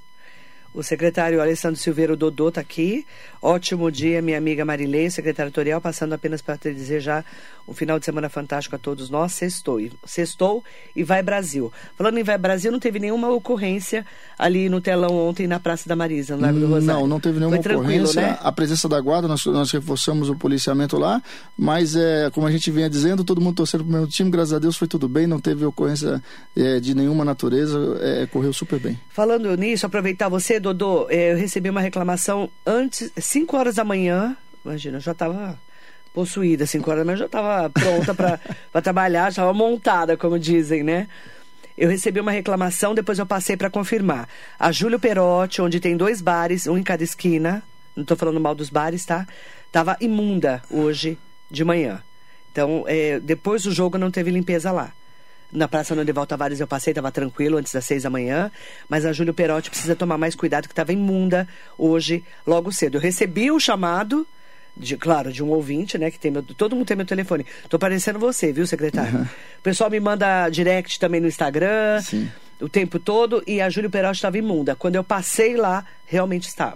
O secretário Alessandro Silveira, o Dodô, está aqui. Ótimo dia, minha amiga Marilei, o secretário Toriel, passando apenas para te desejar um final de semana fantástico a todos nós. Sextou e vai Brasil. Falando em vai Brasil, não teve nenhuma ocorrência ali no telão ontem na Praça da Marisa, no Largo do Rosário. Não teve nenhuma ocorrência. Né? A presença da guarda, nós reforçamos o policiamento lá, mas como a gente vinha dizendo, todo mundo torcendo pro mesmo time, graças a Deus foi tudo bem, não teve ocorrência de nenhuma natureza, correu super bem. Falando nisso, aproveitar você, Dodô, eu recebi uma reclamação antes, 5 horas da manhã, imagina, eu já estava possuída, 5 horas da manhã, eu já estava pronta para trabalhar, já estava montada, como dizem, né? Eu recebi uma reclamação, depois eu passei para confirmar. A Júlio Perotti, onde tem 2 bares, um em cada esquina, não estou falando mal dos bares, tá? Estava imunda hoje de manhã. Então, depois do jogo não teve limpeza lá. Na Praça Norival Tavares eu passei, estava tranquilo antes das 6 da manhã, mas a Júlio Perotti precisa tomar mais cuidado, que estava imunda hoje, logo cedo. Eu recebi o chamado de um ouvinte, né, que tem todo mundo tem meu telefone. Tô parecendo você, viu, secretário? O pessoal me manda direct também no Instagram, Sim. o tempo todo, e a Júlio Perotti estava imunda. Quando eu passei lá, realmente estava.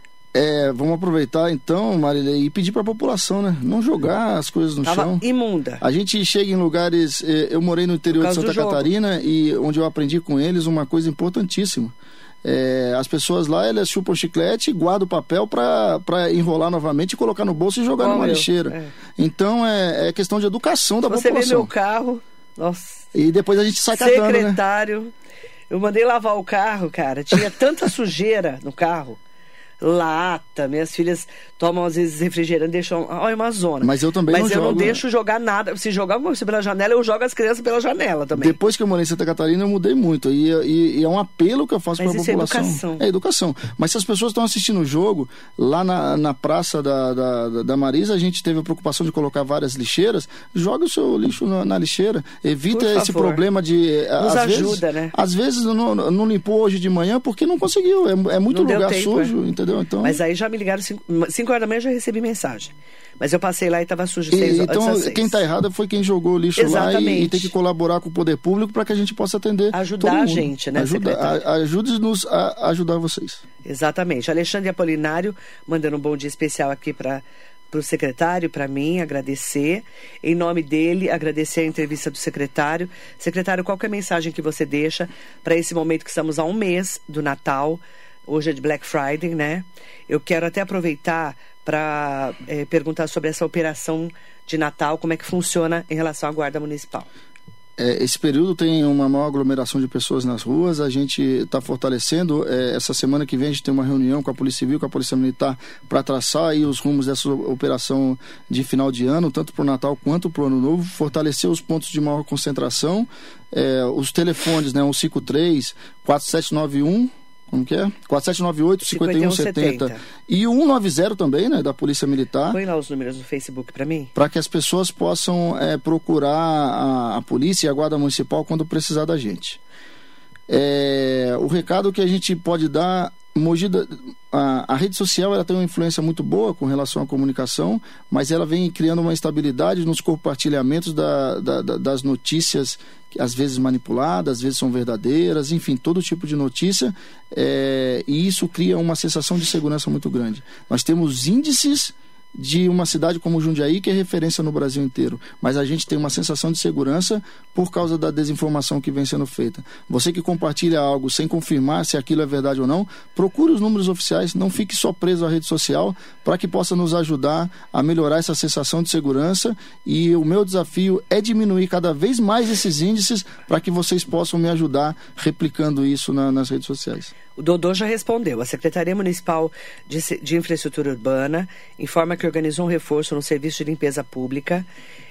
Vamos aproveitar então, Marilei, e pedir para a população, né? Não jogar as coisas no chão. Imunda. A gente chega em lugares... Eu morei no interior de Santa Catarina e onde eu aprendi com eles uma coisa importantíssima. As pessoas lá, elas chupam chiclete, guardam o papel para enrolar novamente e colocar no bolso e jogar numa lixeira. Então é questão de educação da população. Você vê meu carro, nossa. E depois a gente sai catando, secretário, né? Eu mandei lavar o carro, cara. Tinha tanta sujeira no carro. Lata, minhas filhas tomam às vezes refrigerante, deixam, olha, uma zona. Mas eu também não jogo. Mas eu não deixo jogar nada. Se jogar alguma coisa pela janela, eu jogo as crianças pela janela também. Depois que eu morei em Santa Catarina, eu mudei muito. E é um apelo que eu faço para a população. É educação. É educação. Mas se as pessoas estão assistindo o jogo, lá na praça da Marisa, a gente teve a preocupação de colocar várias lixeiras. Joga o seu lixo na lixeira. Evita esse problema de... Nos ajuda, né? Às vezes não limpou hoje de manhã porque não conseguiu. É muito lugar sujo, entendeu? Então... Mas aí já me ligaram 5 horas da manhã, eu já recebi mensagem. Mas eu passei lá e estava sujo 6 horas. Então, quem está errado foi quem jogou o lixo lá e tem que colaborar com o poder público para que a gente possa atender ajudar a gente, né, ajude-nos a ajudar vocês. Exatamente. Alexandre Apolinário mandando um bom dia especial aqui para o secretário, para mim, agradecer. Em nome dele, agradecer a entrevista do secretário. Secretário, qual que é a mensagem que você deixa para esse momento que estamos a um mês do Natal? Hoje é de Black Friday, né? Eu quero até aproveitar para perguntar sobre essa operação de Natal, como é que funciona em relação à Guarda Municipal. Esse período tem uma maior aglomeração de pessoas nas ruas, a gente está fortalecendo. Essa semana que vem a gente tem uma reunião com a Polícia Civil, com a Polícia Militar, para traçar aí os rumos dessa operação de final de ano, tanto para o Natal quanto para o Ano Novo, fortalecer os pontos de maior concentração, os telefones, né, 153, 4791... Como que é? 4798-5170. E o 190 também, né? Da Polícia Militar. Põe lá os números no Facebook para mim. Para que as pessoas possam procurar a polícia e a Guarda Municipal quando precisar da gente. O recado que a gente pode dar... A rede social ela tem uma influência muito boa com relação à comunicação, mas ela vem criando uma instabilidade nos compartilhamentos das notícias, que às vezes manipuladas, às vezes são verdadeiras, enfim, todo tipo de notícia, e isso cria uma sensação de segurança muito grande. Nós temos índices de uma cidade como Jundiaí, que é referência no Brasil inteiro, mas a gente tem uma sensação de segurança por causa da desinformação que vem sendo feita. Você que compartilha algo sem confirmar se aquilo é verdade ou não, procure os números oficiais, não fique só preso à rede social, para que possa nos ajudar a melhorar essa sensação de segurança. E o meu desafio é diminuir cada vez mais esses índices para que vocês possam me ajudar replicando isso nas redes sociais. O Dodô já respondeu. A Secretaria Municipal de Infraestrutura Urbana informa que organizou um reforço no serviço de limpeza pública,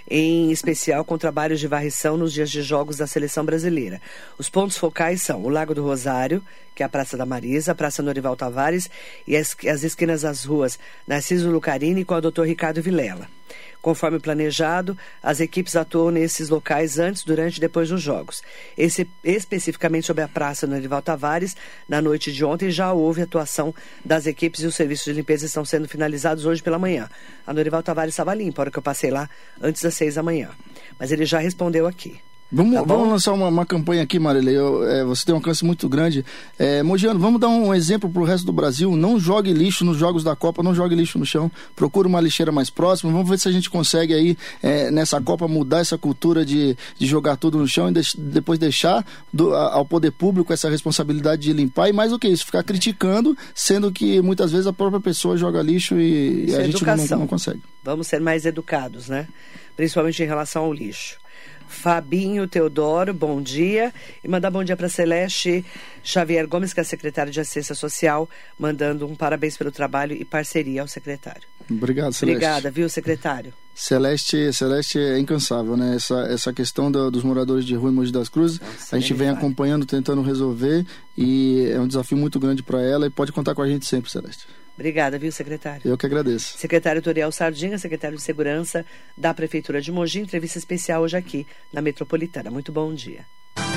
em especial com trabalhos de varrição nos dias de jogos da Seleção Brasileira. Os pontos focais são o Lago do Rosário, que é a Praça da Marisa, a Praça Norival Tavares e as esquinas das ruas Narciso Lucarini com a Dr. Ricardo Vilela. Conforme planejado, as equipes atuam nesses locais antes, durante e depois dos jogos. Especificamente sobre a Praça Norival Tavares, na noite de ontem já houve atuação das equipes e os serviços de limpeza estão sendo finalizados hoje pela manhã. A Norival Tavares estava limpa, a hora que eu passei lá, antes das 6 da manhã. Mas ele já respondeu aqui. Vamos lançar uma campanha aqui, Marilei. Você tem um alcance muito grande. Mogiano, vamos dar um exemplo para o resto do Brasil. Não jogue lixo nos jogos da Copa, não jogue lixo no chão. Procure uma lixeira mais próxima. Vamos ver se a gente consegue aí, nessa Copa, mudar essa cultura de jogar tudo no chão e depois deixar ao poder público essa responsabilidade de limpar. E mais do que isso, ficar criticando, sendo que muitas vezes a própria pessoa joga lixo e a gente não consegue. Vamos ser mais educados, né? Principalmente em relação ao lixo. Fabinho Teodoro, bom dia. E mandar bom dia para Celeste Xavier Gomes, que é secretária de Assistência Social, mandando um parabéns pelo trabalho e parceria ao secretário. Obrigado, Celeste. Obrigada, viu, secretário? Celeste é incansável, né? Essa questão dos moradores de rua em Mogi das Cruzes, a gente vem acompanhando, tentando resolver, e é um desafio muito grande para ela, e pode contar com a gente sempre, Celeste. Obrigada, viu, secretário? Eu que agradeço. Secretário Toriel Sardinha, secretário de Segurança da Prefeitura de Mogi, entrevista especial hoje aqui na Metropolitana. Muito bom dia.